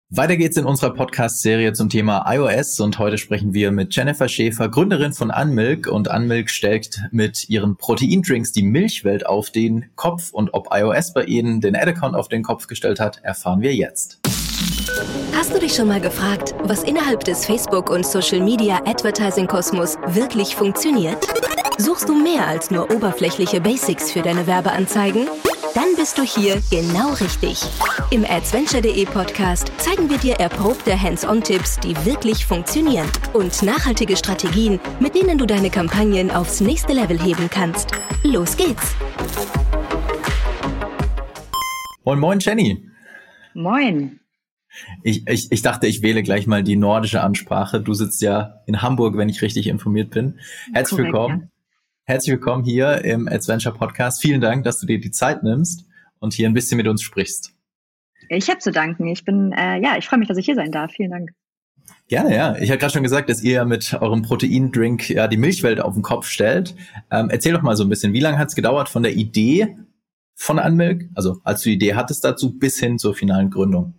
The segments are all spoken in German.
Weiter geht's in unserer Podcast-Serie zum Thema iOS und heute sprechen wir mit Jennifer Schäfer, Gründerin von Unmilk, und Unmilk stellt mit ihren Proteindrinks die Milchwelt auf den Kopf, und ob iOS bei ihnen den Ad-Account auf den Kopf gestellt hat, erfahren wir jetzt. Hast du dich schon mal gefragt, was innerhalb des Facebook- und Social-Media-Advertising-Kosmos wirklich funktioniert? Suchst du mehr als nur oberflächliche Basics für deine Werbeanzeigen? Dann bist du hier genau richtig. Im Adventure.de Podcast zeigen wir dir erprobte Hands-on-Tipps, die wirklich funktionieren, und nachhaltige Strategien, mit denen du deine Kampagnen aufs nächste Level heben kannst. Los geht's! Moin, moin, Jenny. Moin. Ich dachte, ich wähle gleich mal die nordische Ansprache. Du sitzt ja in Hamburg, wenn ich richtig informiert bin. Herzlich willkommen. Ja. Herzlich willkommen hier im Adventure Podcast. Vielen Dank, dass du dir die Zeit nimmst und hier ein bisschen mit uns sprichst. Ich habe zu danken. Ich freue mich, dass ich hier sein darf. Vielen Dank. Gerne, ja. Ich habe gerade schon gesagt, dass ihr mit eurem Proteindrink ja die Milchwelt auf den Kopf stellt. Erzähl doch mal so ein bisschen, wie lange hat es gedauert von der Idee von Unmilk, also als du die Idee hattest dazu, bis hin zur finalen Gründung?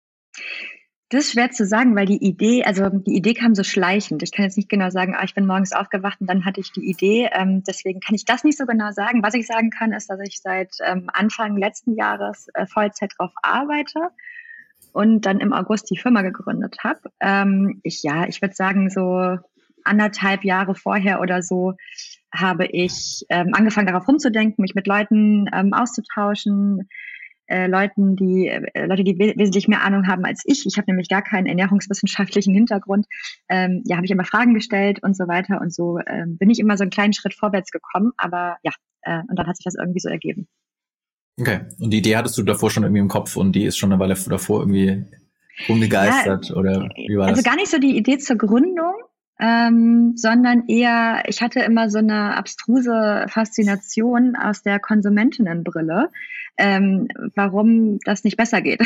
Das ist schwer zu sagen, weil die Idee kam so schleichend. Ich kann jetzt nicht genau sagen, ich bin morgens aufgewacht und dann hatte ich die Idee. Deswegen kann ich das nicht so genau sagen. Was ich sagen kann, ist, dass ich seit Anfang letzten Jahres Vollzeit drauf arbeite und dann im August die Firma gegründet habe. Ich würde sagen, so 1,5 Jahre vorher oder so habe ich angefangen, darauf rumzudenken, mich mit Leuten auszutauschen, Leute, die wesentlich mehr Ahnung haben als ich. Ich habe nämlich gar keinen ernährungswissenschaftlichen Hintergrund. Habe ich immer Fragen gestellt und so weiter. Und so bin ich immer so einen kleinen Schritt vorwärts gekommen. Aber und dann hat sich das irgendwie so ergeben. Okay. Und die Idee hattest du davor schon irgendwie im Kopf und die ist schon eine Weile davor irgendwie rumgegeistert? Oder wie war das? Also gar nicht so die Idee zur Gründung, sondern eher, ich hatte immer so eine abstruse Faszination aus der Konsumentinnenbrille, warum das nicht besser geht.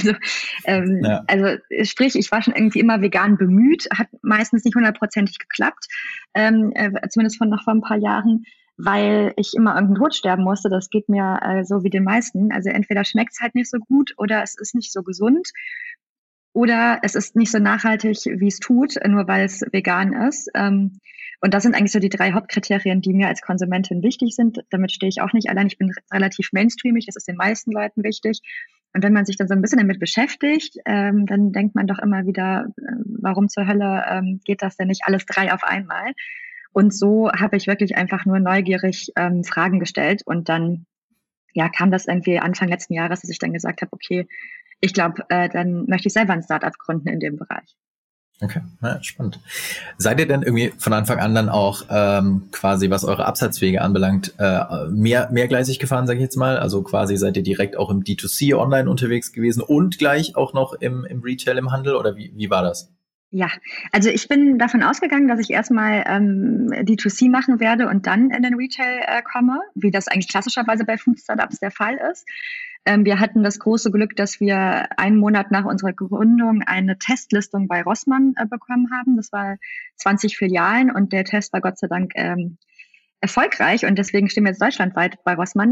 Also sprich, ich war schon irgendwie immer vegan bemüht, hat meistens nicht 100%ig geklappt, zumindest noch vor ein paar Jahren, weil ich immer irgendeinen Tod sterben musste. Das geht mir so wie den meisten. Also entweder schmeckt es halt nicht so gut oder es ist nicht so gesund. Oder es ist nicht so nachhaltig, wie es tut, nur weil es vegan ist. Und das sind eigentlich so die 3 Hauptkriterien, die mir als Konsumentin wichtig sind. Damit stehe ich auch nicht allein. Ich bin relativ mainstreamig, das ist den meisten Leuten wichtig. Und wenn man sich dann so ein bisschen damit beschäftigt, dann denkt man doch immer wieder, warum zur Hölle geht das denn nicht alles 3 auf einmal? Und so habe ich wirklich einfach nur neugierig Fragen gestellt. Und dann kam das irgendwie Anfang letzten Jahres, dass ich dann gesagt habe, okay, ich glaube, dann möchte ich selber ein Startup gründen in dem Bereich. Okay, spannend. Seid ihr denn irgendwie von Anfang an dann auch quasi, was eure Absatzwege anbelangt, mehrgleisig gefahren, sage ich jetzt mal? Also quasi seid ihr direkt auch im D2C online unterwegs gewesen und gleich auch noch im Retail, im Handel? Oder wie war das? Ja, also ich bin davon ausgegangen, dass ich erstmal D2C machen werde und dann in den Retail komme, wie das eigentlich klassischerweise bei Food Startups der Fall ist. Wir hatten das große Glück, dass wir einen Monat nach unserer Gründung eine Testlistung bei Rossmann bekommen haben. Das war 20 Filialen und der Test war Gott sei Dank erfolgreich und deswegen stehen wir jetzt deutschlandweit bei Rossmann.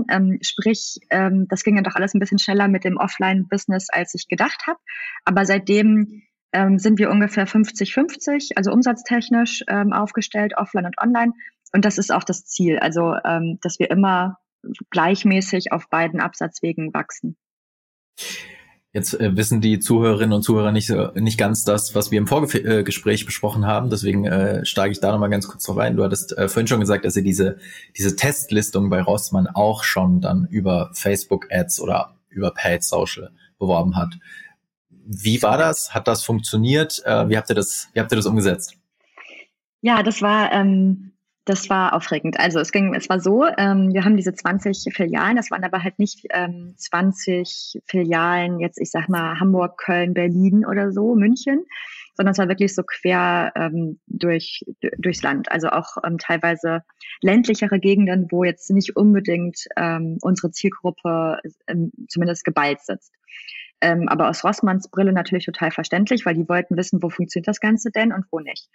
Das ging dann doch alles ein bisschen schneller mit dem Offline-Business, als ich gedacht habe. Aber seitdem sind wir ungefähr 50-50, also umsatztechnisch aufgestellt, offline und online. Und das ist auch das Ziel, also dass wir immer gleichmäßig auf beiden Absatzwegen wachsen. Jetzt wissen die Zuhörerinnen und Zuhörer nicht ganz das, was wir im Vorgespräch besprochen haben. Deswegen steige ich da nochmal ganz kurz drauf ein. Du hattest vorhin schon gesagt, dass ihr diese Testlistung bei Rossmann auch schon dann über Facebook-Ads oder über Paid Social beworben hat. Wie war das? Hat das funktioniert? Wie habt ihr das umgesetzt? Ja, das war aufregend. Also es war so, wir haben diese 20 Filialen, das waren aber halt nicht 20 Filialen, jetzt ich sag mal Hamburg, Köln, Berlin oder so, München, sondern es war wirklich so quer durchs Land. Also auch teilweise ländlichere Gegenden, wo jetzt nicht unbedingt unsere Zielgruppe zumindest geballt sitzt. Aber aus Rossmanns Brille natürlich total verständlich, weil die wollten wissen, wo funktioniert das Ganze denn und wo nicht.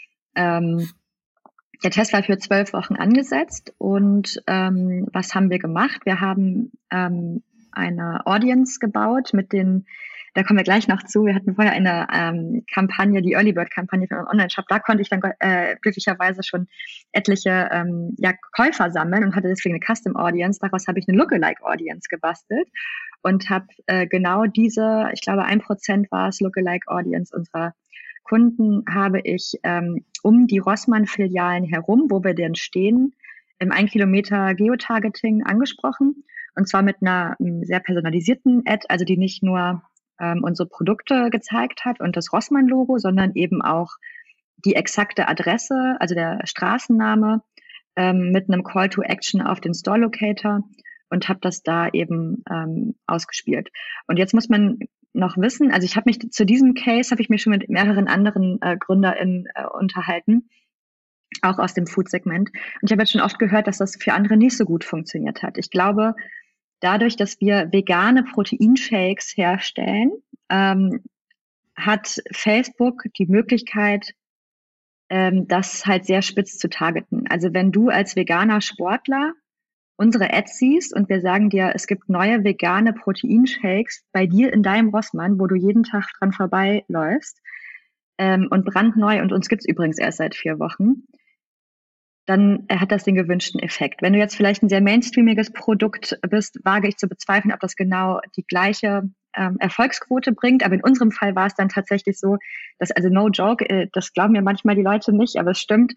Der Test war für 12 Wochen angesetzt und was haben wir gemacht? Wir haben eine Audience gebaut mit den da kommen wir gleich noch zu. Wir hatten vorher eine Kampagne, die Early Bird Kampagne für einen Online-Shop. Da konnte ich dann glücklicherweise schon etliche Käufer sammeln und hatte deswegen eine Custom Audience. Daraus habe ich eine Lookalike Audience gebastelt und habe genau diese, ich glaube 1% war es, Lookalike Audience unserer Kunden, habe ich um die Rossmann-Filialen herum, wo wir denn stehen, im 1 Kilometer Geotargeting angesprochen. Und zwar mit einer sehr personalisierten Ad, also die nicht nur unsere Produkte gezeigt hat und das Rossmann-Logo, sondern eben auch die exakte Adresse, also der Straßenname, mit einem Call to Action auf den Store Locator und habe das da eben ausgespielt. Und jetzt muss man noch wissen, also ich habe mich zu diesem Case, habe ich mich schon mit mehreren anderen GründerInnen unterhalten, auch aus dem Food-Segment. Und ich habe jetzt schon oft gehört, dass das für andere nicht so gut funktioniert hat. Ich glaube, dadurch, dass wir vegane Proteinshakes herstellen, hat Facebook die Möglichkeit, das halt sehr spitz zu targeten. Also wenn du als veganer Sportler unsere Ads siehst und wir sagen dir, es gibt neue vegane Proteinshakes bei dir in deinem Rossmann, wo du jeden Tag dran vorbeiläufst und brandneu, und uns gibt's übrigens erst seit 4 Wochen, dann hat das den gewünschten Effekt. Wenn du jetzt vielleicht ein sehr mainstreamiges Produkt bist, wage ich zu bezweifeln, ob das genau die gleiche Erfolgsquote bringt. Aber in unserem Fall war es dann tatsächlich so, dass, also no joke, das glauben ja manchmal die Leute nicht, aber es stimmt,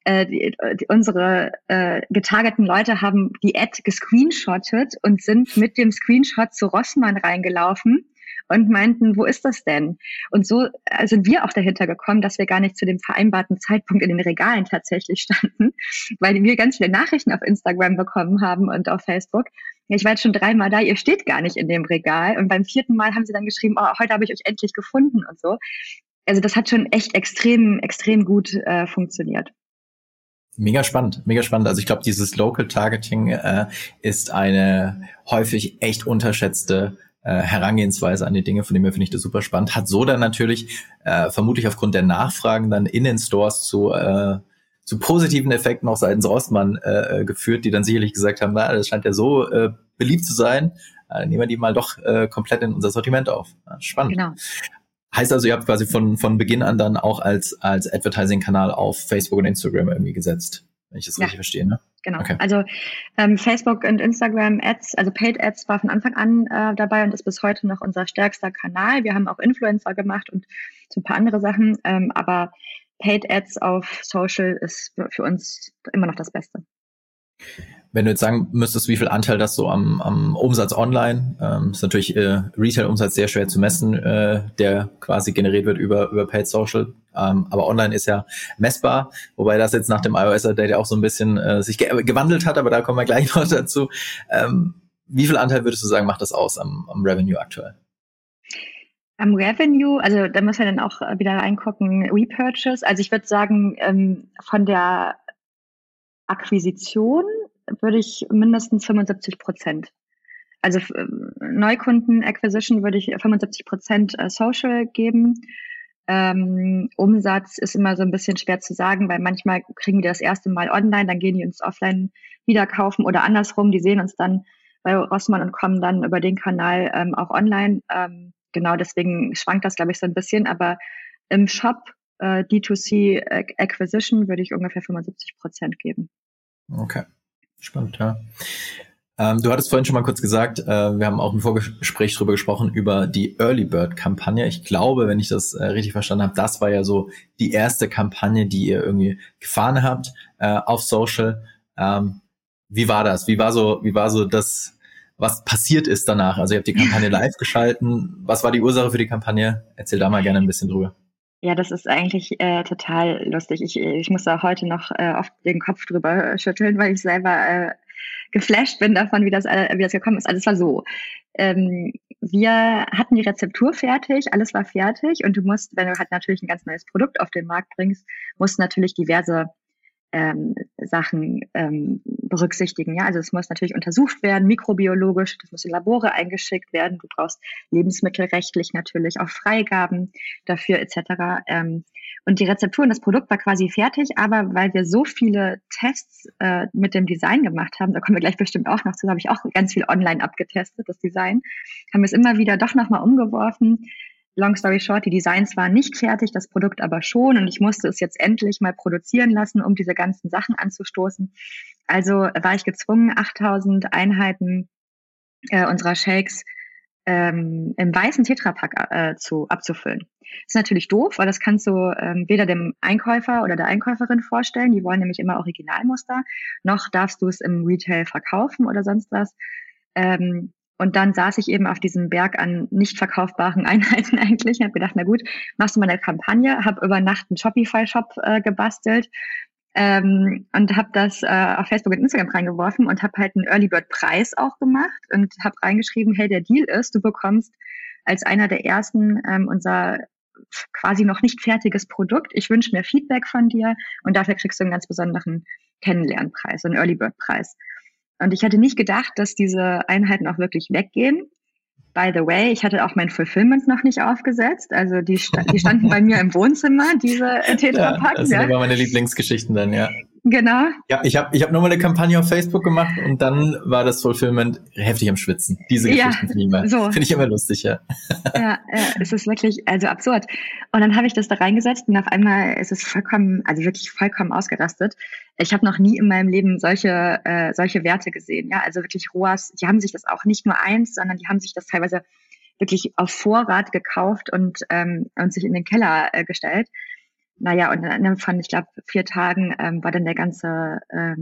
unsere getargeten Leute haben die Ad gescreenshottet und sind mit dem Screenshot zu Rossmann reingelaufen und meinten, wo ist das denn? Und so sind wir auch dahinter gekommen, dass wir gar nicht zu dem vereinbarten Zeitpunkt in den Regalen tatsächlich standen, weil wir ganz viele Nachrichten auf Instagram bekommen haben und auf Facebook. Ich war jetzt schon 3-mal da, ihr steht gar nicht in dem Regal. Und beim 4. Mal haben sie dann geschrieben, oh, heute habe ich euch endlich gefunden und so. Also das hat schon echt extrem gut funktioniert. Mega spannend, mega spannend. Also ich glaube, dieses Local Targeting ist eine häufig echt unterschätzte Herangehensweise an die Dinge, von dem her finde ich das super spannend. Hat so dann natürlich vermutlich aufgrund der Nachfragen dann in den Stores zu positiven Effekten auch seitens Rossmann geführt, die dann sicherlich gesagt haben, na, das scheint ja so beliebt zu sein, nehmen wir die mal doch komplett in unser Sortiment auf. Spannend. Genau. Heißt also, ihr habt quasi von Beginn an dann auch als Advertising-Kanal auf Facebook und Instagram irgendwie gesetzt, wenn ich das richtig verstehe, ne? Genau. Okay. Also Facebook und Instagram Ads, also Paid Ads war von Anfang an dabei und ist bis heute noch unser stärkster Kanal. Wir haben auch Influencer gemacht und so ein paar andere Sachen, aber Paid Ads auf Social ist für uns immer noch das Beste. Wenn du jetzt sagen müsstest, wie viel Anteil das so am Umsatz online, ist natürlich Retail-Umsatz sehr schwer zu messen, der quasi generiert wird über Paid Social, aber online ist ja messbar, wobei das jetzt nach dem iOS-Update ja auch so ein bisschen sich gewandelt hat, aber da kommen wir gleich noch dazu. Wie viel Anteil würdest du sagen, macht das aus am Revenue aktuell? Am Revenue, also da müssen wir dann auch wieder reingucken, Repurchase, also ich würde sagen, von der Akquisition würde ich mindestens 75%. Also Neukunden-Acquisition würde ich 75% Social geben. Umsatz ist immer so ein bisschen schwer zu sagen, weil manchmal kriegen die das erste Mal online, dann gehen die uns offline wieder kaufen oder andersrum, die sehen uns dann bei Rossmann und kommen dann über den Kanal auch online. Genau, deswegen schwankt das, glaube ich, so ein bisschen, aber im Shop D2C Acquisition würde ich ungefähr 75% geben. Okay. Spannend, ja. Du hattest vorhin schon mal kurz gesagt, wir haben auch im Vorgespräch drüber gesprochen, über die Early Bird Kampagne. Ich glaube, wenn ich das richtig verstanden habe, das war ja so die erste Kampagne, die ihr irgendwie gefahren habt auf Social. Wie war das? Wie war so das, was passiert ist danach? Also ihr habt die Kampagne live geschalten. Was war die Ursache für die Kampagne? Erzähl da mal gerne ein bisschen drüber. Ja, das ist eigentlich total lustig. Ich muss da heute noch oft den Kopf drüber schütteln, weil ich selber geflasht bin davon, wie das gekommen ist. Also es war so, wir hatten die Rezeptur fertig, alles war fertig und du musst, wenn du halt natürlich ein ganz neues Produkt auf den Markt bringst, musst natürlich diverse Sachen berücksichtigen. Ja, also es muss natürlich untersucht werden, mikrobiologisch, das muss in Labore eingeschickt werden. Du brauchst lebensmittelrechtlich natürlich auch Freigaben dafür etc. Und die Rezeptur und das Produkt war quasi fertig, aber weil wir so viele Tests mit dem Design gemacht haben, da kommen wir gleich bestimmt auch noch zu, habe ich auch ganz viel online abgetestet, das Design, haben wir es immer wieder doch nochmal umgeworfen. Long story short, die Designs waren nicht fertig, das Produkt aber schon, und ich musste es jetzt endlich mal produzieren lassen, um diese ganzen Sachen anzustoßen. Also war ich gezwungen, 8000 Einheiten unserer Shakes im weißen Tetrapack abzufüllen. Das ist natürlich doof, weil das kannst du weder dem Einkäufer oder der Einkäuferin vorstellen. Die wollen nämlich immer Originalmuster. Noch darfst du es im Retail verkaufen oder sonst was. Und dann saß ich eben auf diesem Berg an nicht verkaufbaren Einheiten eigentlich. Ich habe gedacht, na gut, machst du mal eine Kampagne. Habe über Nacht einen Shopify-Shop gebastelt. Und habe das auf Facebook und Instagram reingeworfen und habe halt einen Early Bird Preis auch gemacht und habe reingeschrieben, hey, der Deal ist, du bekommst als einer der ersten unser quasi noch nicht fertiges Produkt. Ich wünsche mir Feedback von dir und dafür kriegst du einen ganz besonderen Kennenlernpreis, einen Early Bird Preis. Und ich hatte nicht gedacht, dass diese Einheiten auch wirklich weggehen. By the way, ich hatte auch mein Fulfillment noch nicht aufgesetzt. Also die standen bei mir im Wohnzimmer, diese Tetrapack. Ja, das sind aber meine Lieblingsgeschichten dann, ja. Genau. Ja, ich hab nur mal eine Kampagne auf Facebook gemacht und dann war das Fulfillment heftig am Schwitzen. Diese Geschichten finde ich immer lustig, ja. Ja, es ist wirklich also absurd. Und dann habe ich das da reingesetzt und auf einmal ist es wirklich vollkommen ausgerastet. Ich habe noch nie in meinem Leben solche Werte gesehen. Ja, also wirklich ROAS, die haben sich das auch nicht nur eins, sondern die haben sich das teilweise wirklich auf Vorrat gekauft und sich in den Keller gestellt. Naja, und dann von, ich glaube, 4 Tagen war dann der ganze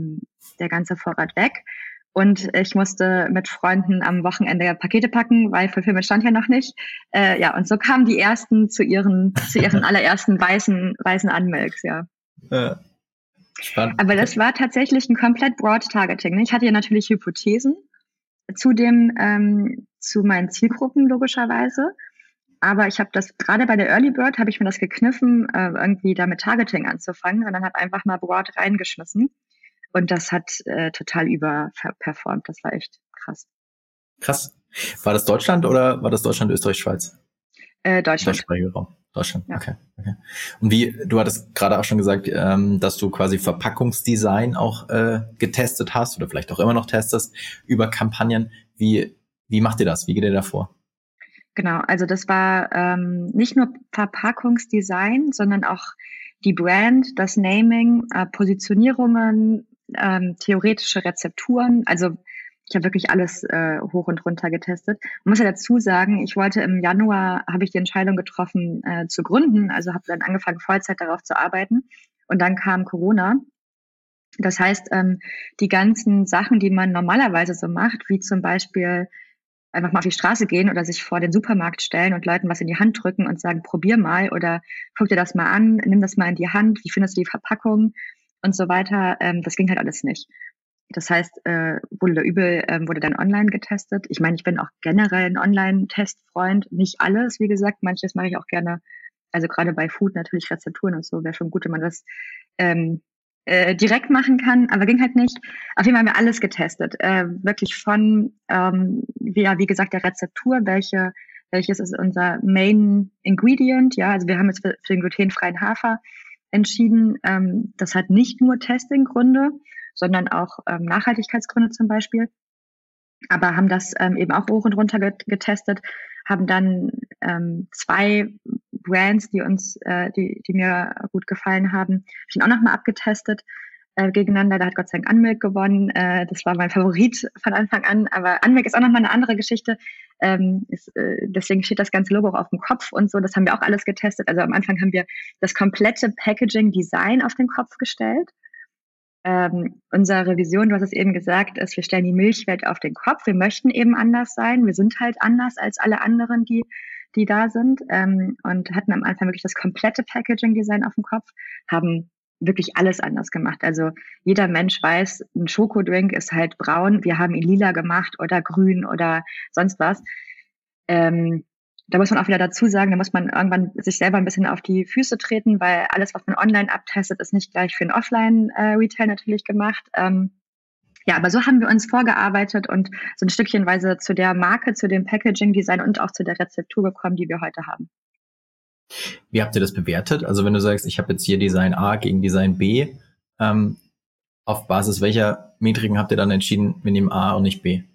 Vorrat weg. Und ich musste mit Freunden am Wochenende Pakete packen, weil Fulfillment stand ja noch nicht. Und so kamen die ersten zu ihren allerersten weißen Unmilks, ja. Spannend. Aber das war tatsächlich ein komplett Broad Targeting. Ich hatte ja natürlich Hypothesen zu meinen Zielgruppen logischerweise. Aber ich habe das, gerade bei der Early Bird, habe ich mir das gekniffen, irgendwie da mit Targeting anzufangen, sondern habe einfach mal broad reingeschmissen. Und das hat total überperformt. Das war echt krass. Krass. War das Deutschland oder war das Deutschland, Österreich, Schweiz? Deutschland. Deutschland, ja. Okay. Und du hattest gerade auch schon gesagt, dass du quasi Verpackungsdesign auch getestet hast oder vielleicht auch immer noch testest über Kampagnen. Wie macht ihr das? Wie geht ihr da vor? Genau, also das war nicht nur Verpackungsdesign, sondern auch die Brand, das Naming, Positionierungen, theoretische Rezepturen. Also ich habe wirklich alles hoch und runter getestet. Man muss ja dazu sagen, ich wollte im Januar, habe ich die Entscheidung getroffen zu gründen, also habe dann angefangen, Vollzeit darauf zu arbeiten. Und dann kam Corona. Das heißt, die ganzen Sachen, die man normalerweise so macht, wie zum Beispiel einfach mal auf die Straße gehen oder sich vor den Supermarkt stellen und Leuten was in die Hand drücken und sagen, probier mal oder guck dir das mal an, nimm das mal in die Hand, wie findest du die Verpackung und so weiter. Das ging halt alles nicht. Das heißt, wohl oder übel wurde dann online getestet. Ich meine, ich bin auch generell ein Online-Testfreund. Nicht alles, wie gesagt. Manches mache ich auch gerne. Also gerade bei Food natürlich Rezepturen und so. Wäre schon gut, wenn man das direkt machen kann, aber ging halt nicht. Auf jeden Fall haben wir alles getestet. Wirklich von, wie gesagt, der Rezeptur, welches ist unser Main Ingredient. Ja, also wir haben jetzt für den glutenfreien Hafer entschieden. Das hat nicht nur Testing-Gründe, sondern auch Nachhaltigkeitsgründe zum Beispiel. Aber haben das eben auch hoch und runter getestet, haben dann 2 Brands, die mir gut gefallen haben, ich ihn auch nochmal abgetestet gegeneinander. Da hat Gott sei Dank Unmilk gewonnen. Das war mein Favorit von Anfang an. Aber Unmilk ist auch nochmal eine andere Geschichte. Deswegen steht das ganze Logo auch auf dem Kopf und so. Das haben wir auch alles getestet. Also am Anfang haben wir das komplette Packaging-Design auf den Kopf gestellt. Unsere Vision, du hast es eben gesagt, ist, wir stellen die Milchwelt auf den Kopf. Wir möchten eben anders sein. Wir sind halt anders als alle anderen, die da sind, und hatten am Anfang wirklich das komplette Packaging-Design auf dem Kopf, haben wirklich alles anders gemacht. Also jeder Mensch weiß, ein Schokodrink ist halt braun. Wir haben ihn lila gemacht oder grün oder sonst was. Da muss man auch wieder dazu sagen, da muss man irgendwann sich selber ein bisschen auf die Füße treten, weil alles, was man online abtestet, ist nicht gleich für den Offline-Retail natürlich gemacht. Aber so haben wir uns vorgearbeitet und so ein Stückchenweise zu der Marke, zu dem Packaging-Design und auch zu der Rezeptur gekommen, die wir heute haben. Wie habt ihr das bewertet? Also wenn du sagst, ich habe jetzt hier Design A gegen Design B, auf Basis welcher Metriken habt ihr dann entschieden, wir nehmen A und nicht B?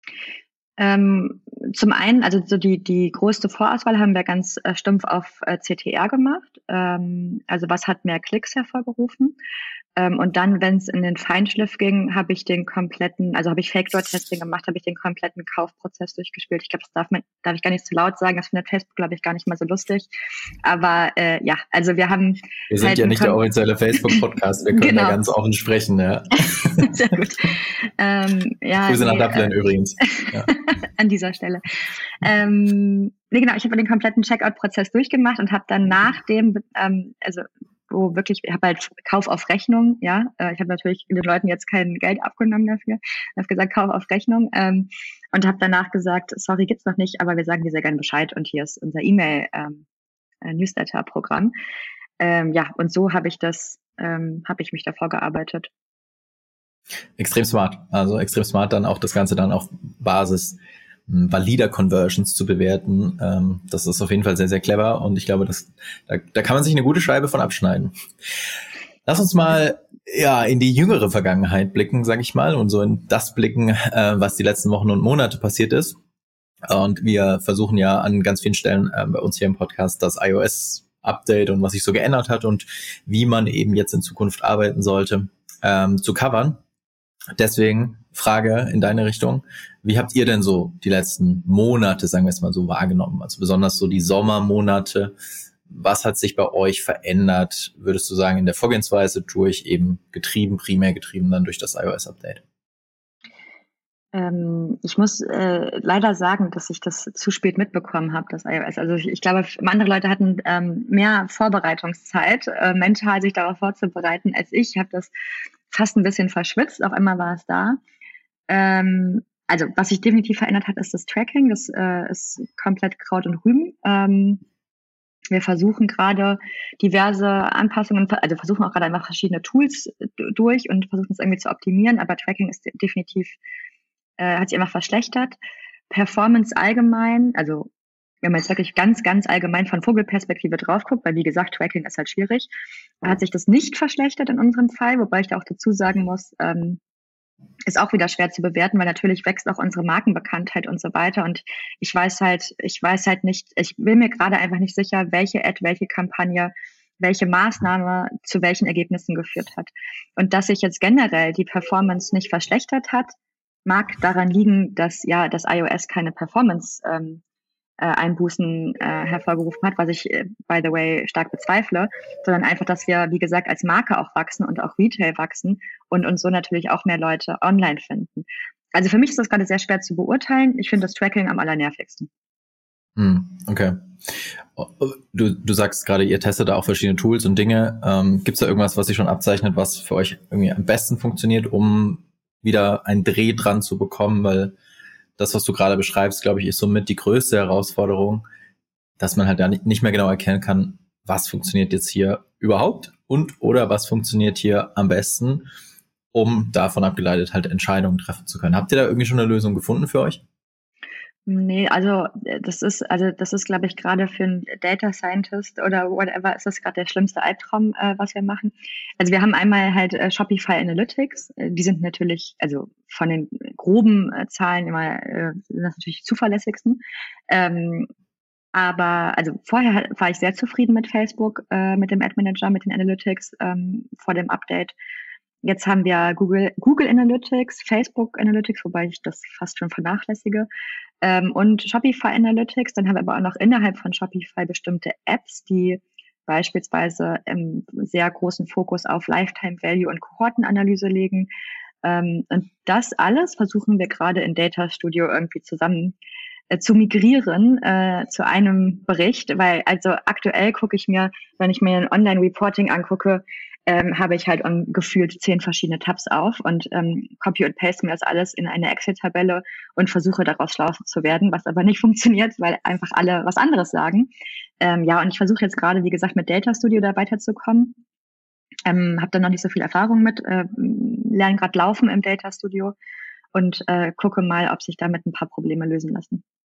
Zum einen, also so die größte Vorauswahl haben wir ganz stumpf auf CTR gemacht. Also was hat mehr Klicks hervorgerufen? Und dann, wenn es in den Feinschliff ging, habe ich Fake-Door-Testing gemacht, habe ich den kompletten Kaufprozess durchgespielt. Ich glaube, das darf ich gar nicht zu laut sagen, das findet Facebook, glaube ich, gar nicht mal so lustig. Aber ja, also wir sind halt ja nicht der offizielle Facebook-Podcast, wir können da ganz offen sprechen. Ja. Sehr gut. Grüße nach Dublin übrigens. Ja. An dieser Stelle. Ich habe den kompletten Checkout-Prozess durchgemacht und habe dann nach dem, ich habe halt Kauf auf Rechnung, ja. Ich habe natürlich den Leuten jetzt kein Geld abgenommen dafür. Ich habe gesagt, Kauf auf Rechnung und habe danach gesagt, sorry, gibt's noch nicht, aber wir sagen dir sehr gerne Bescheid und hier ist unser E-Mail-Newsletter-Programm. Und so habe ich mich davor gearbeitet. Extrem smart. Also extrem smart, dann auch das Ganze dann auf Basis valider Conversions zu bewerten. Das ist auf jeden Fall sehr, sehr clever und ich glaube, da kann man sich eine gute Scheibe von abschneiden. Lass uns mal in die jüngere Vergangenheit blicken, sage ich mal, und so in das blicken, was die letzten Wochen und Monate passiert ist. Und wir versuchen ja an ganz vielen Stellen bei uns hier im Podcast das iOS-Update und was sich so geändert hat und wie man eben jetzt in Zukunft arbeiten sollte, zu covern. Deswegen Frage in deine Richtung. Wie habt ihr denn so die letzten Monate, sagen wir es mal so, wahrgenommen? Also besonders so die Sommermonate. Was hat sich bei euch verändert, würdest du sagen, in der Vorgehensweise primär getrieben dann durch das iOS-Update? Ich muss leider sagen, dass ich das zu spät mitbekommen habe, das iOS. Also ich glaube, andere Leute hatten mehr Vorbereitungszeit, mental sich darauf vorzubereiten, als ich. Ich habe das fast ein bisschen verschwitzt, auf einmal war es da. Also was sich definitiv verändert hat, ist das Tracking. Das ist komplett Kraut und Rüben. Wir versuchen gerade diverse Anpassungen, also versuchen auch gerade einfach verschiedene Tools durch und versuchen es irgendwie zu optimieren, aber Tracking ist definitiv, hat sich einfach verschlechtert. Performance allgemein, also wenn man jetzt wirklich ganz, ganz allgemein von Vogelperspektive drauf guckt, weil wie gesagt, Tracking ist halt schwierig, hat sich das nicht verschlechtert in unserem Fall, wobei ich da auch dazu sagen muss, ist auch wieder schwer zu bewerten, weil natürlich wächst auch unsere Markenbekanntheit und so weiter. Und ich weiß halt nicht, ich bin mir gerade einfach nicht sicher, welche Ad, welche Kampagne, welche Maßnahme zu welchen Ergebnissen geführt hat. Und dass sich jetzt generell die Performance nicht verschlechtert hat, mag daran liegen, dass das iOS keine Performance Einbußen hervorgerufen hat, was ich, by the way, stark bezweifle, sondern einfach, dass wir, wie gesagt, als Marke auch wachsen und auch Retail wachsen und uns so natürlich auch mehr Leute online finden. Also für mich ist das gerade sehr schwer zu beurteilen. Ich finde das Tracking am allernervigsten. Okay. Du sagst gerade, ihr testet da auch verschiedene Tools und Dinge. Gibt es da irgendwas, was sich schon abzeichnet, was für euch irgendwie am besten funktioniert, um wieder einen Dreh dran zu bekommen? Weil das, was du gerade beschreibst, glaube ich, ist somit die größte Herausforderung, dass man halt da nicht mehr genau erkennen kann, was funktioniert jetzt hier überhaupt oder was funktioniert hier am besten, um davon abgeleitet halt Entscheidungen treffen zu können. Habt ihr da irgendwie schon eine Lösung gefunden für euch? Nee, also das ist, glaube ich, gerade für einen Data Scientist oder whatever, ist das gerade der schlimmste Albtraum, was wir machen. Also wir haben einmal halt Shopify Analytics, die sind natürlich, also von den groben Zahlen immer sind das natürlich die zuverlässigsten. Aber also vorher war ich sehr zufrieden mit Facebook, mit dem Ad Manager, mit den Analytics vor dem Update. Jetzt haben wir Google Analytics, Facebook Analytics, wobei ich das fast schon vernachlässige, und Shopify Analytics. Dann haben wir aber auch noch innerhalb von Shopify bestimmte Apps, die beispielsweise sehr großen Fokus auf Lifetime Value und Kohortenanalyse legen. Und das alles versuchen wir gerade in Data Studio irgendwie zusammen zu migrieren zu einem Bericht, weil also aktuell gucke ich mir, wenn ich mir ein Online-Reporting angucke, habe ich halt gefühlt 10 verschiedene Tabs auf und copy und paste mir das alles in eine Excel-Tabelle und versuche daraus schlau zu werden, was aber nicht funktioniert, weil einfach alle was anderes sagen. Und ich versuche jetzt gerade, wie gesagt, mit Data Studio da weiterzukommen. Habe da noch nicht so viel Erfahrung mit, lerne gerade laufen im Data Studio und gucke mal, ob sich damit ein paar Probleme lösen lassen.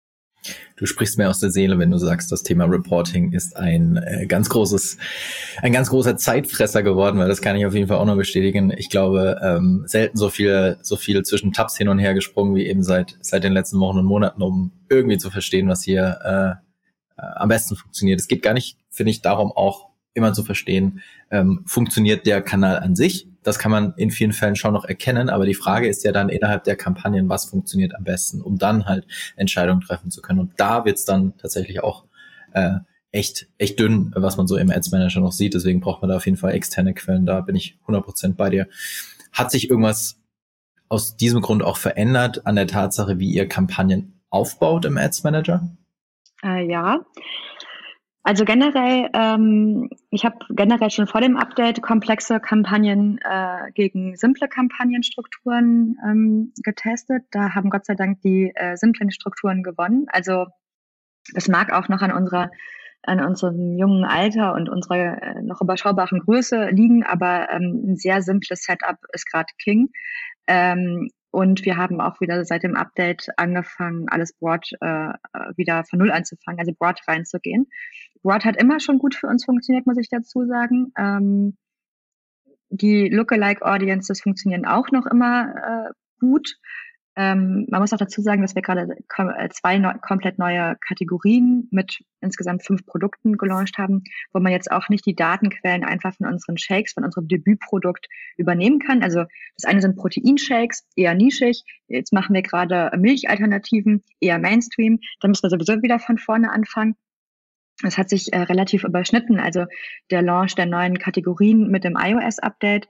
Du sprichst mir aus der Seele, wenn du sagst, das Thema Reporting ist ein ganz großer Zeitfresser geworden, weil das kann ich auf jeden Fall auch noch bestätigen. Ich glaube, selten so viel zwischen Tabs hin und her gesprungen wie eben seit den letzten Wochen und Monaten, um irgendwie zu verstehen, was hier am besten funktioniert. Es geht gar nicht, finde ich, darum auch immer zu verstehen, funktioniert der Kanal an sich. Das kann man in vielen Fällen schon noch erkennen, aber die Frage ist ja dann innerhalb der Kampagnen, was funktioniert am besten, um dann halt Entscheidungen treffen zu können. Und da wird's dann tatsächlich auch echt dünn, was man so im Ads Manager noch sieht. Deswegen braucht man da auf jeden Fall externe Quellen. Da bin ich 100% bei dir. Hat sich irgendwas aus diesem Grund auch verändert an der Tatsache, wie ihr Kampagnen aufbaut im Ads Manager? Ja. Also generell, ich habe generell schon vor dem Update komplexe Kampagnen gegen simple Kampagnenstrukturen getestet. Da haben Gott sei Dank die simplen Strukturen gewonnen. Also das mag auch noch an unserem jungen Alter und unserer noch überschaubaren Größe liegen, aber ein sehr simples Setup ist gerade King. Und wir haben auch wieder seit dem Update angefangen, alles Broad wieder von Null anzufangen, also Broad reinzugehen. Broad hat immer schon gut für uns funktioniert, muss ich dazu sagen. Die Lookalike Audiences funktionieren auch noch immer gut. Man muss auch dazu sagen, dass wir gerade zwei komplett neue Kategorien mit insgesamt 5 Produkten gelauncht haben, wo man jetzt auch nicht die Datenquellen einfach von unseren Shakes, von unserem Debütprodukt übernehmen kann. Also das eine sind Proteinshakes, eher nischig. Jetzt machen wir gerade Milchalternativen, eher Mainstream. Da müssen wir sowieso wieder von vorne anfangen. Das hat sich relativ überschnitten. Also der Launch der neuen Kategorien mit dem iOS-Update.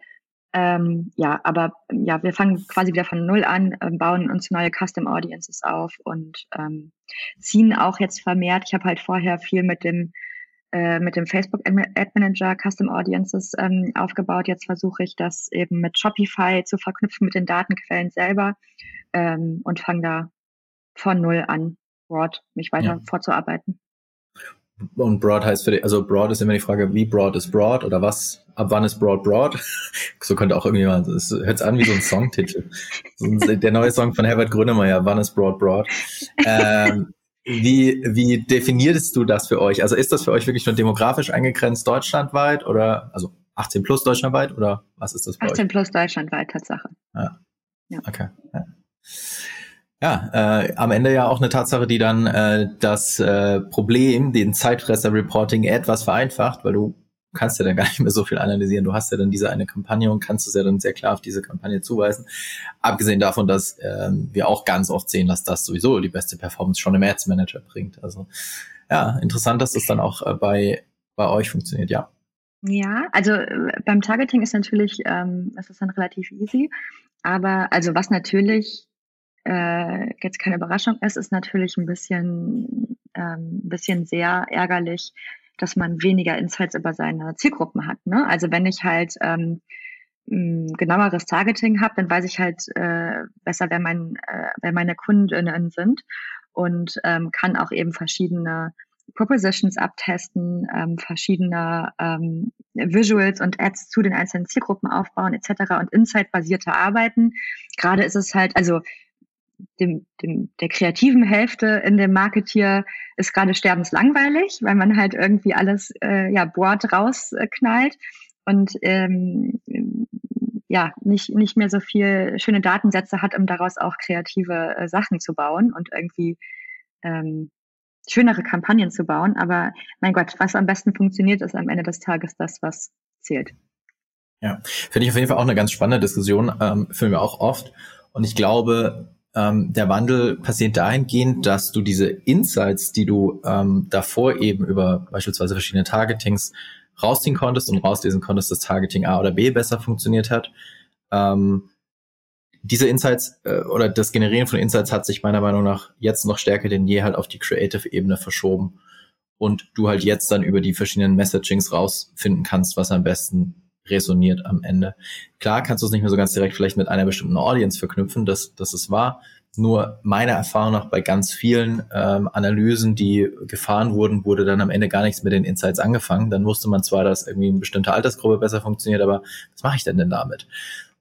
Wir fangen quasi wieder von Null an, bauen uns neue Custom Audiences auf und ziehen auch jetzt vermehrt. Ich habe halt vorher viel mit dem Facebook Ad Manager Custom Audiences aufgebaut. Jetzt versuche ich das eben mit Shopify zu verknüpfen mit den Datenquellen selber und fange da von Null an, mich weiter vorzuarbeiten. Und Broad heißt für dich, also Broad ist immer die Frage, wie broad ist Broad oder was, ab wann ist Broad? So könnte auch irgendwie mal, es hört sich an wie so ein Songtitel. Der neue Song von Herbert Grönemeyer, wann ist Broad? Wie definierst du das für euch? Also ist das für euch wirklich nur demografisch eingegrenzt deutschlandweit oder, also 18 plus deutschlandweit oder was ist das für 18 plus deutschlandweit, Tatsache. Ja. Okay. Ja, am Ende ja auch eine Tatsache, die dann das Problem, den Zeitfresser-Reporting etwas vereinfacht, weil du kannst ja dann gar nicht mehr so viel analysieren. Du hast ja dann diese eine Kampagne und kannst es ja dann sehr klar auf diese Kampagne zuweisen. Abgesehen davon, dass wir auch ganz oft sehen, dass das sowieso die beste Performance schon im Ads Manager bringt. Also ja, interessant, dass das dann auch bei euch funktioniert, ja. Ja, also beim Targeting ist natürlich, das ist dann relativ easy. Aber also was natürlich jetzt keine Überraschung ist natürlich ein bisschen sehr ärgerlich, dass man weniger Insights über seine Zielgruppen hat. Ne? Also wenn ich halt genaueres Targeting habe, dann weiß ich halt besser, wer meine Kundinnen sind und kann auch eben verschiedene Propositions abtesten, verschiedene Visuals und Ads zu den einzelnen Zielgruppen aufbauen etc. und Insight-basierter arbeiten. Gerade ist es halt, also der kreativen Hälfte in dem Marketier ist gerade sterbenslangweilig, weil man halt irgendwie alles Board rausknallt und nicht mehr so viel schöne Datensätze hat, um daraus auch kreative Sachen zu bauen und irgendwie schönere Kampagnen zu bauen. Aber mein Gott, was am besten funktioniert, ist am Ende des Tages das, was zählt. Ja, finde ich auf jeden Fall auch eine ganz spannende Diskussion, führen wir auch oft. Und ich glaube, der Wandel passiert dahingehend, dass du diese Insights, die du davor eben über beispielsweise verschiedene Targetings rausziehen konntest und rauslesen konntest, dass Targeting A oder B besser funktioniert hat. Diese Insights oder das Generieren von Insights hat sich meiner Meinung nach jetzt noch stärker denn je halt auf die Creative-Ebene verschoben und du halt jetzt dann über die verschiedenen Messagings rausfinden kannst, was am besten resoniert am Ende. Klar kannst du es nicht mehr so ganz direkt vielleicht mit einer bestimmten Audience verknüpfen, das ist wahr. Nur meiner Erfahrung nach bei ganz vielen Analysen, die gefahren wurden, wurde dann am Ende gar nichts mit den Insights angefangen. Dann wusste man zwar, dass irgendwie eine bestimmte Altersgruppe besser funktioniert, aber was mache ich denn damit?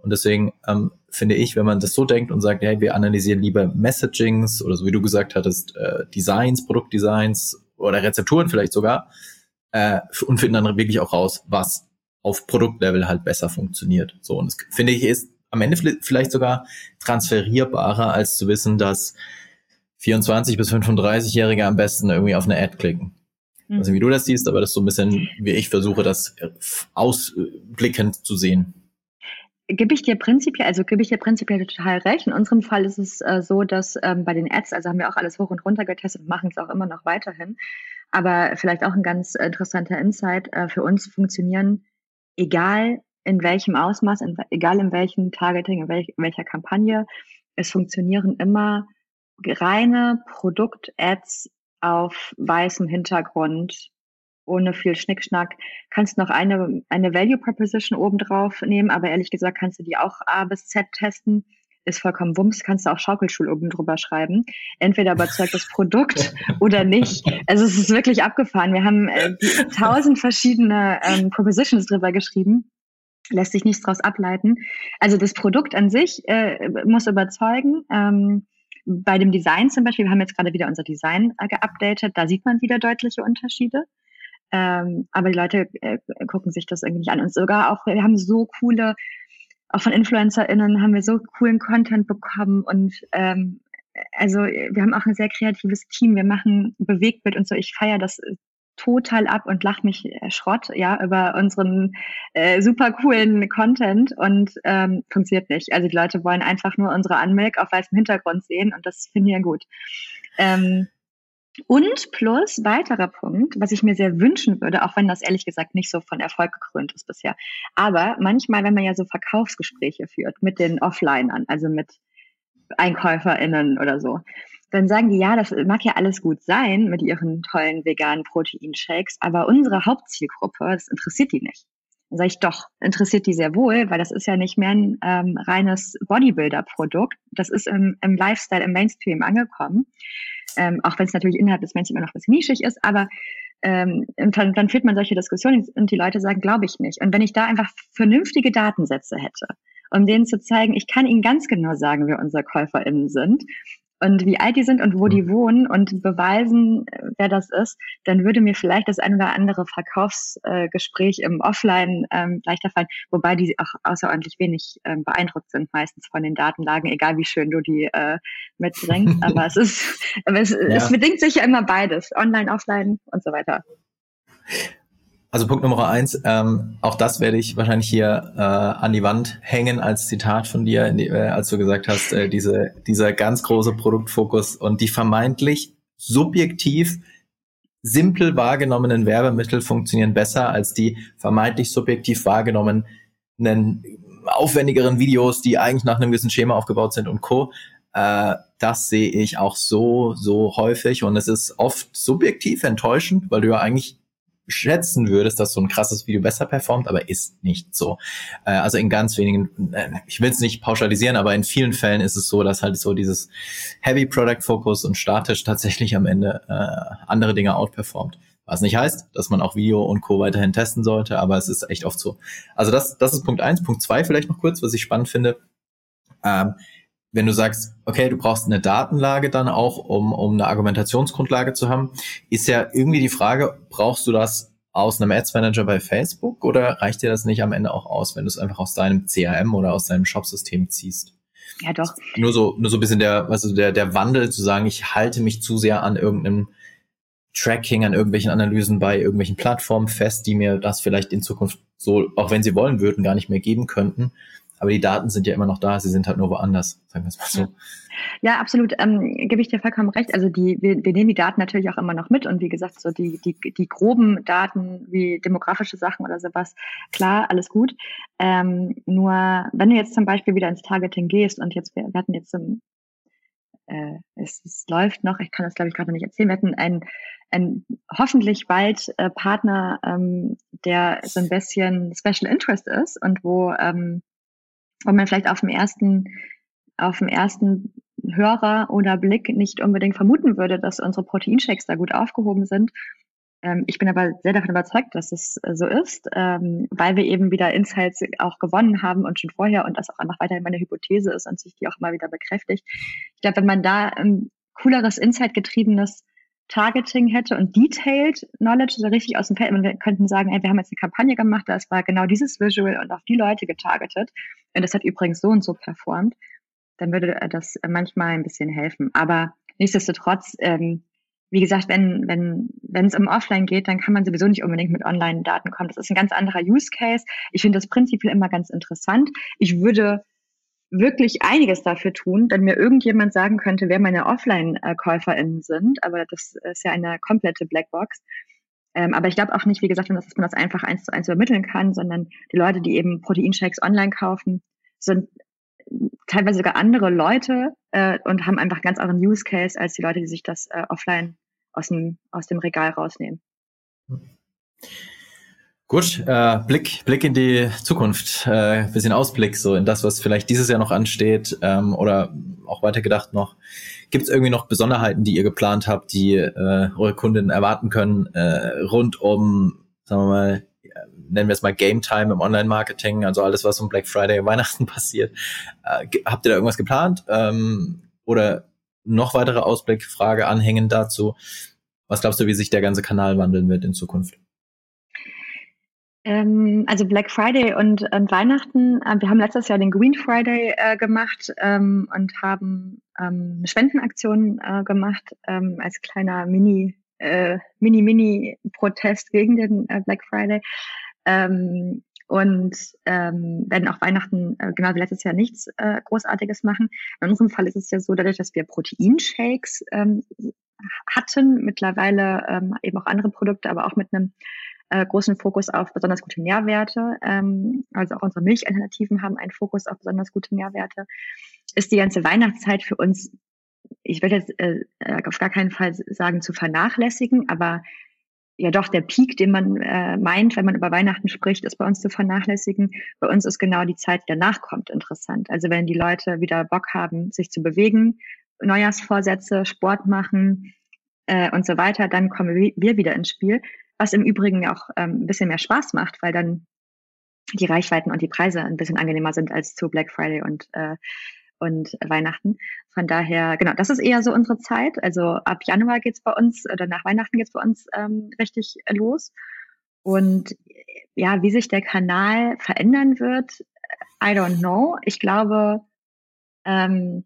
Und deswegen finde ich, wenn man das so denkt und sagt, hey, wir analysieren lieber Messagings oder so wie du gesagt hattest, Designs, Produktdesigns oder Rezepturen vielleicht sogar und finden dann wirklich auch raus, was auf Produktlevel halt besser funktioniert. So, und das finde ich ist am Ende vielleicht sogar transferierbarer, als zu wissen, dass 24- bis 35-Jährige am besten irgendwie auf eine Ad klicken. Ich weiß nicht, wie du das siehst, aber das ist so ein bisschen, wie ich versuche, das ausblickend zu sehen. Gebe ich dir prinzipiell total recht. In unserem Fall ist es so, dass bei den Ads, also haben wir auch alles hoch und runter getestet und machen es auch immer noch weiterhin. Aber vielleicht auch ein ganz interessanter Insight, für uns funktionieren, egal in welchem Ausmaß, egal in welchem Targeting, in welcher Kampagne, es funktionieren immer reine Produkt-Ads auf weißem Hintergrund, ohne viel Schnickschnack. Kannst noch eine Value Proposition obendrauf nehmen, aber ehrlich gesagt kannst du die auch A bis Z testen. Ist vollkommen Wumms, kannst du auch Schaukelstuhl oben drüber schreiben. Entweder überzeugt das Produkt oder nicht. Also es ist wirklich abgefahren. Wir haben 1000 verschiedene Propositions drüber geschrieben. Lässt sich nichts draus ableiten. Also das Produkt an sich muss überzeugen. Bei dem Design zum Beispiel, wir haben jetzt gerade wieder unser Design geupdatet, da sieht man wieder deutliche Unterschiede. Aber die Leute gucken sich das irgendwie nicht an. Und sogar auch, wir haben so coole, auch von InfluencerInnen haben wir so coolen Content bekommen. Und also wir haben auch ein sehr kreatives Team. Wir machen Bewegtbild und so. Ich feiere das total ab und lache mich Schrott, ja, über unseren super coolen Content und funktioniert nicht. Also die Leute wollen einfach nur unsere Unmilk auf weißem Hintergrund sehen und das finden wir gut. Und plus, weiterer Punkt, was ich mir sehr wünschen würde, auch wenn das ehrlich gesagt nicht so von Erfolg gekrönt ist bisher, aber manchmal, wenn man ja so Verkaufsgespräche führt mit den Offlinern, also mit EinkäuferInnen oder so, dann sagen die, ja, das mag ja alles gut sein mit ihren tollen veganen Proteinshakes, aber unsere Hauptzielgruppe, das interessiert die nicht. Dann sage ich, doch, interessiert die sehr wohl, weil das ist ja nicht mehr ein reines Bodybuilder-Produkt. Das ist im Lifestyle, im Mainstream angekommen. Auch wenn es natürlich innerhalb des Mainstream immer noch ein bisschen nischig ist, aber und dann führt man solche Diskussionen und die Leute sagen, glaube ich nicht. Und wenn ich da einfach vernünftige Datensätze hätte, um denen zu zeigen, ich kann ihnen ganz genau sagen, wer unsere KäuferInnen sind und wie alt die sind und wo die wohnen und beweisen, wer das ist, dann würde mir vielleicht das ein oder andere Verkaufsgespräch im Offline leichter fallen, wobei die auch außerordentlich wenig beeindruckt sind meistens von den Datenlagen, egal wie schön du die mitbringst. Aber es bedingt sich ja immer beides, online, offline und so weiter. Also Punkt Nummer 1, auch das werde ich wahrscheinlich hier an die Wand hängen als Zitat von dir, als du gesagt hast, dieser ganz große Produktfokus und die vermeintlich subjektiv simpel wahrgenommenen Werbemittel funktionieren besser als die vermeintlich subjektiv wahrgenommenen aufwendigeren Videos, die eigentlich nach einem gewissen Schema aufgebaut sind und Co. Das sehe ich auch so häufig und es ist oft subjektiv enttäuschend, weil du ja eigentlich schätzen würdest, dass so ein krasses Video besser performt, aber ist nicht so. Also in ganz wenigen, ich will es nicht pauschalisieren, aber in vielen Fällen ist es so, dass halt so dieses Heavy Product Focus und statisch tatsächlich am Ende andere Dinge outperformt. Was nicht heißt, dass man auch Video und Co. weiterhin testen sollte, aber es ist echt oft so. Also das ist Punkt 1. Punkt 2 vielleicht noch kurz, was ich spannend finde. Wenn du sagst, okay, du brauchst eine Datenlage dann auch, um eine Argumentationsgrundlage zu haben, ist ja irgendwie die Frage, brauchst du das aus einem Ads Manager bei Facebook oder reicht dir das nicht am Ende auch aus, wenn du es einfach aus deinem CRM oder aus deinem Shopsystem ziehst? Ja, doch. Nur so ein bisschen der Wandel zu sagen, ich halte mich zu sehr an irgendeinem Tracking, an irgendwelchen Analysen bei irgendwelchen Plattformen fest, die mir das vielleicht in Zukunft so, auch wenn sie wollen würden, gar nicht mehr geben könnten. Aber die Daten sind ja immer noch da, sie sind halt nur woanders, sagen wir es mal so. Ja, absolut, gebe ich dir vollkommen recht. Also wir nehmen die Daten natürlich auch immer noch mit und wie gesagt, so die groben Daten wie demografische Sachen oder sowas, klar, alles gut. Nur wenn du jetzt zum Beispiel wieder ins Targeting gehst und jetzt, wir hatten jetzt es läuft noch, ich kann das glaube ich gerade noch nicht erzählen, wir hatten ein hoffentlich bald Partner, der so ein bisschen Special Interest ist und wo man vielleicht auf dem ersten Hörer oder Blick nicht unbedingt vermuten würde, dass unsere Proteinshakes da gut aufgehoben sind. Ich bin aber sehr davon überzeugt, dass es so ist, weil wir eben wieder Insights auch gewonnen haben und schon vorher und das auch einfach weiterhin meine Hypothese ist und sich die auch immer wieder bekräftigt. Ich glaube, wenn man da cooleres, Insight-getriebenes Targeting hätte und Detailed Knowledge, so richtig aus dem Feld, wir könnten sagen, ey, wir haben jetzt eine Kampagne gemacht, das war genau dieses Visual und auf die Leute getargetet und das hat übrigens so und so performt, dann würde das manchmal ein bisschen helfen. Aber nichtsdestotrotz, wie gesagt, wenn es um Offline geht, dann kann man sowieso nicht unbedingt mit Online-Daten kommen. Das ist ein ganz anderer Use Case. Ich finde das prinzipiell immer ganz interessant. Ich würde wirklich einiges dafür tun, wenn mir irgendjemand sagen könnte, wer meine Offline-KäuferInnen sind. Aber das ist ja eine komplette Blackbox. Aber ich glaube auch nicht, wie gesagt, dass man das einfach 1:1 übermitteln kann, sondern die Leute, die eben Proteinshakes online kaufen, sind teilweise sogar andere Leute und haben einfach einen ganz anderen Use Case als die Leute, die sich das offline aus dem Regal rausnehmen. Gut, Blick in die Zukunft, bisschen Ausblick so in das, was vielleicht dieses Jahr noch ansteht oder auch weitergedacht noch. Gibt es irgendwie noch Besonderheiten, die ihr geplant habt, die eure Kundinnen erwarten können, rund um, sagen wir mal, nennen wir es mal Game Time im Online-Marketing, also alles, was um Black Friday, Weihnachten passiert. Habt ihr da irgendwas geplant? Oder noch weitere Ausblickfrage anhängend dazu? Was glaubst du, wie sich der ganze Kanal wandeln wird in Zukunft? Also Black Friday und Weihnachten, wir haben letztes Jahr den Green Friday gemacht und haben eine Spendenaktion gemacht als kleiner Mini-Protest gegen den Black Friday. Und werden auch Weihnachten genau wie letztes Jahr nichts Großartiges machen. In unserem Fall ist es ja so, dadurch, dass wir Proteinshakes hatten, mittlerweile eben auch andere Produkte, aber auch mit einem großen Fokus auf besonders gute Nährwerte. Also auch unsere Milchalternativen haben einen Fokus auf besonders gute Nährwerte. Ist die ganze Weihnachtszeit für uns, ich will jetzt auf gar keinen Fall sagen, zu vernachlässigen, aber ja doch, der Peak, den man meint, wenn man über Weihnachten spricht, ist bei uns zu vernachlässigen. Bei uns ist genau die Zeit, die danach kommt, interessant. Also wenn die Leute wieder Bock haben, sich zu bewegen, Neujahrsvorsätze, Sport machen und so weiter, dann kommen wir wieder ins Spiel. Was im Übrigen auch ein bisschen mehr Spaß macht, weil dann die Reichweiten und die Preise ein bisschen angenehmer sind als zu Black Friday und Weihnachten. Von daher, genau, das ist eher so unsere Zeit. Also ab Januar geht's bei uns, oder nach Weihnachten geht's bei uns richtig los. Und ja, wie sich der Kanal verändern wird, I don't know. Ich glaube, bei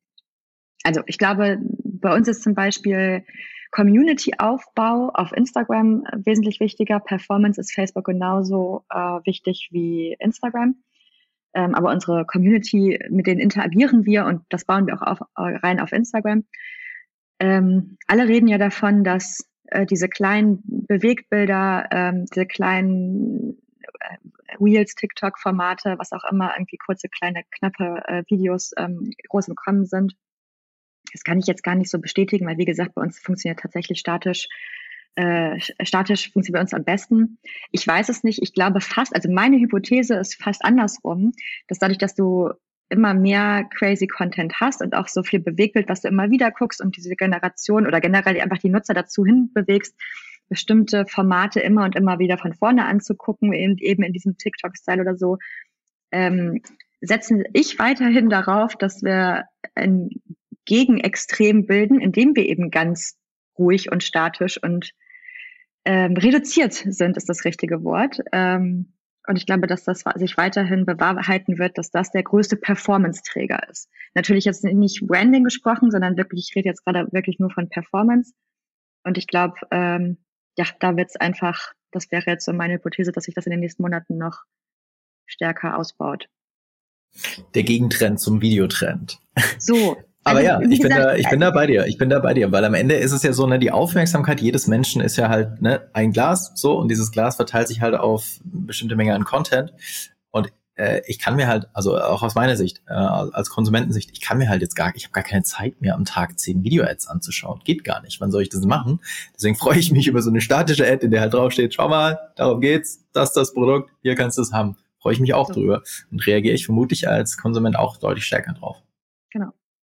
uns ist zum Beispiel Community-Aufbau auf Instagram wesentlich wichtiger. Performance ist Facebook genauso wichtig wie Instagram. Aber unsere Community, mit denen interagieren wir und das bauen wir auch rein auf Instagram. Alle reden ja davon, dass diese kleinen Bewegtbilder, diese kleinen Reels, TikTok-Formate, was auch immer, irgendwie kurze, kleine, knappe Videos groß im Kommen sind. Das kann ich jetzt gar nicht so bestätigen, weil wie gesagt, bei uns funktioniert tatsächlich statisch funktioniert bei uns am besten. Ich weiß es nicht. Ich glaube also meine Hypothese ist fast andersrum, dass dadurch, dass du immer mehr crazy Content hast und auch so viel Bewegtbild, was du immer wieder guckst und diese Generation oder generell einfach die Nutzer dazu hinbewegst, bestimmte Formate immer und immer wieder von vorne anzugucken, eben in diesem TikTok-Style oder so, setze ich weiterhin darauf, dass wir ein Gegenextrem bilden, indem wir eben ganz ruhig und statisch und reduziert sind, ist das richtige Wort. Und ich glaube, dass das sich weiterhin bewahrheiten wird, dass das der größte Performance-Träger ist. Natürlich jetzt nicht Branding gesprochen, sondern wirklich, ich rede jetzt gerade wirklich nur von Performance. Und ich glaube, da wird es einfach, das wäre jetzt so meine Hypothese, dass sich das in den nächsten Monaten noch stärker ausbaut. Der Gegentrend zum Videotrend. So. Aber also, ja, ich bin da bei dir, weil am Ende ist es ja so, ne, die Aufmerksamkeit jedes Menschen ist ja halt, ne, ein Glas, so, und dieses Glas verteilt sich halt auf bestimmte Menge an Content. Und ich kann mir halt, also auch aus meiner Sicht, als Konsumentensicht, ich habe gar keine Zeit mehr am Tag 10 Video-Ads anzuschauen. Geht gar nicht. Wann soll ich das machen? Deswegen freue ich mich über so eine statische Ad, in der halt draufsteht, schau mal, darum geht's, das Produkt, hier kannst du es haben. Freue ich mich auch drüber und reagiere ich vermutlich als Konsument auch deutlich stärker drauf. Genau.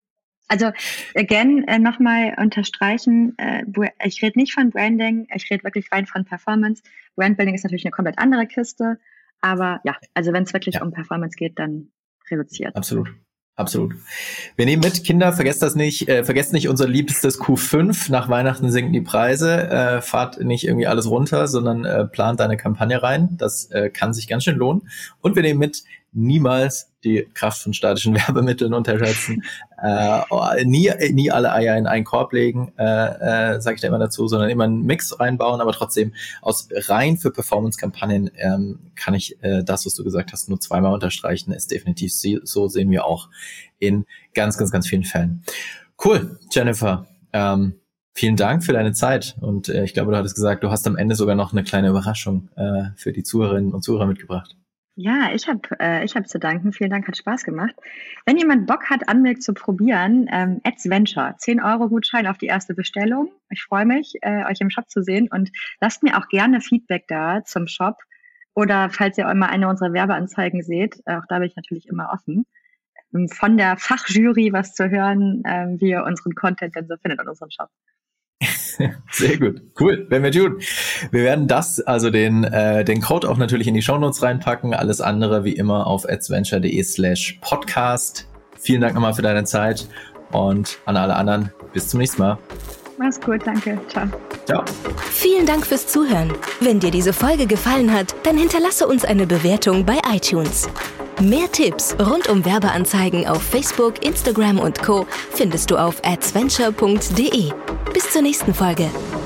Also again, nochmal unterstreichen, ich rede nicht von Branding, ich rede wirklich rein von Performance. Brandbuilding ist natürlich eine komplett andere Kiste, aber ja, also wenn es wirklich um Performance geht, dann reduziert. Absolut. Wir nehmen mit, Kinder, vergesst nicht unser liebstes Q5. Nach Weihnachten sinken die Preise. Fahrt nicht irgendwie alles runter, sondern plant eine Kampagne rein. Das kann sich ganz schön lohnen. Und wir nehmen mit, niemals die Kraft von statischen Werbemitteln unterschätzen. Nie alle Eier in einen Korb legen, sage ich da immer dazu, sondern immer einen Mix reinbauen, aber trotzdem aus rein für Performance-Kampagnen kann ich das, was du gesagt hast, nur zweimal unterstreichen. Ist definitiv so, sehen wir auch in ganz, ganz, ganz vielen Fällen. Cool, Jennifer. Vielen Dank für deine Zeit und ich glaube, du hattest gesagt, du hast am Ende sogar noch eine kleine Überraschung für die Zuhörerinnen und Zuhörer mitgebracht. Ja, ich hab zu danken. Vielen Dank, hat Spaß gemacht. Wenn jemand Bock hat, Unmilk zu probieren, @Venture, 10 € Gutschein auf die erste Bestellung. Ich freue mich, euch im Shop zu sehen und lasst mir auch gerne Feedback da zum Shop oder falls ihr mal eine unserer Werbeanzeigen seht, auch da bin ich natürlich immer offen, von der Fachjury was zu hören, wie ihr unseren Content denn so findet in unserem Shop. Sehr gut, cool, wenn wir tun. Wir werden den Code auch natürlich in die Shownotes reinpacken, alles andere wie immer auf adsventure.de/podcast. Vielen Dank nochmal für deine Zeit und an alle anderen, bis zum nächsten Mal. Mach's gut, danke, ciao. Ciao. Vielen Dank fürs Zuhören. Wenn dir diese Folge gefallen hat, dann hinterlasse uns eine Bewertung bei iTunes. Mehr Tipps rund um Werbeanzeigen auf Facebook, Instagram und Co. findest du auf adsventure.de. Bis zur nächsten Folge.